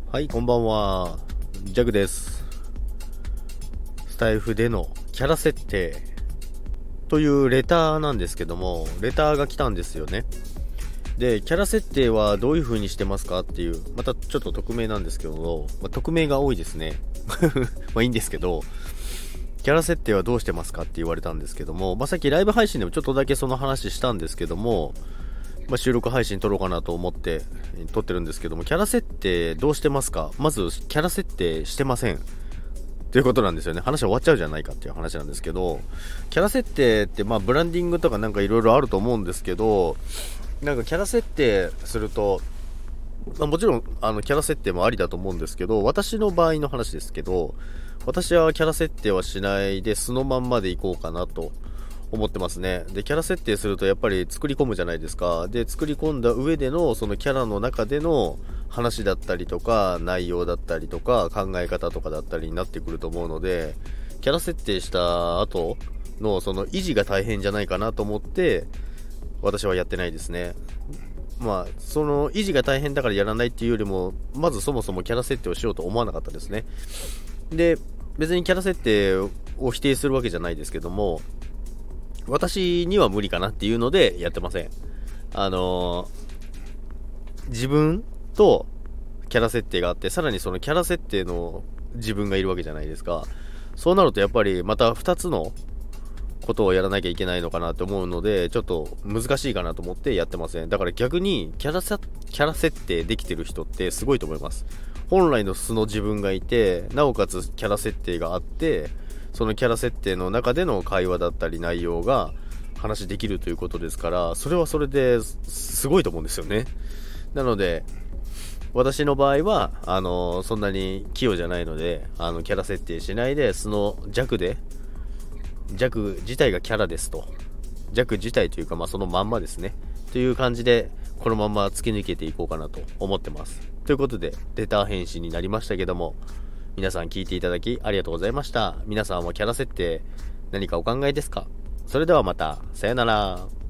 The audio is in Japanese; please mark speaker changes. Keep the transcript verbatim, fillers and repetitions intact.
Speaker 1: はい、こんばんは。ジャグです。スタイフでのキャラ設定というレターなんですけども、レターが来たんですよね。で、キャラ設定はどういう風にしてますかっていう、またちょっと匿名なんですけど、まあ、匿名が多いですね。まあいいんですけど、キャラ設定はどうしてますかって言われたんですけども、まあさっきライブ配信でもちょっとだけその話したんですけども、まあ、収録配信撮ろうかなと思って撮ってるんですけども、キャラ設定どうしてますか？まずキャラ設定してませんということなんですよね。話終わっちゃうじゃないかっていう話なんですけど、キャラ設定ってまあブランディングとかなんかいろいろあると思うんですけど、なんかキャラ設定すると、まあ、もちろんあのキャラ設定もありだと思うんですけど、私の場合の話ですけど、私はキャラ設定はしないで素のまんまでいこうかなと思ってますね。で、キャラ設定するとやっぱり作り込むじゃないですか。で、作り込んだ上でのそのキャラの中での話だったりとか内容だったりとか考え方とかだったりになってくると思うので、キャラ設定した後のその維持が大変じゃないかなと思って私はやってないですね。まあその維持が大変だからやらないっていうよりも、まずそもそもキャラ設定をしようと思わなかったですね。で、別にキャラ設定を否定するわけじゃないですけども、私には無理かなっていうのでやってません。あのー、自分とキャラ設定があって、さらにそのキャラ設定の自分がいるわけじゃないですか。そうなるとやっぱりまたふたつのことをやらなきゃいけないのかなと思うので、ちょっと難しいかなと思ってやってません。だから逆にキャラさキャラ設定できてる人ってすごいと思います。本来の素の自分がいて、なおかつキャラ設定があって、そのキャラ設定の中での会話だったり内容が話できるということですから、それはそれですごいと思うんですよね。なので私の場合はあのそんなに器用じゃないので、あのキャラ設定しないで素の弱で、弱自体がキャラですと、弱自体というか、まあそのまんまですねという感じで、このまま突き抜けていこうかなと思ってます。ということでレター返信になりましたけども、皆さん聞いていただきありがとうございました。皆さんもキャラ設定何かお考えですか？それではまた、さよなら。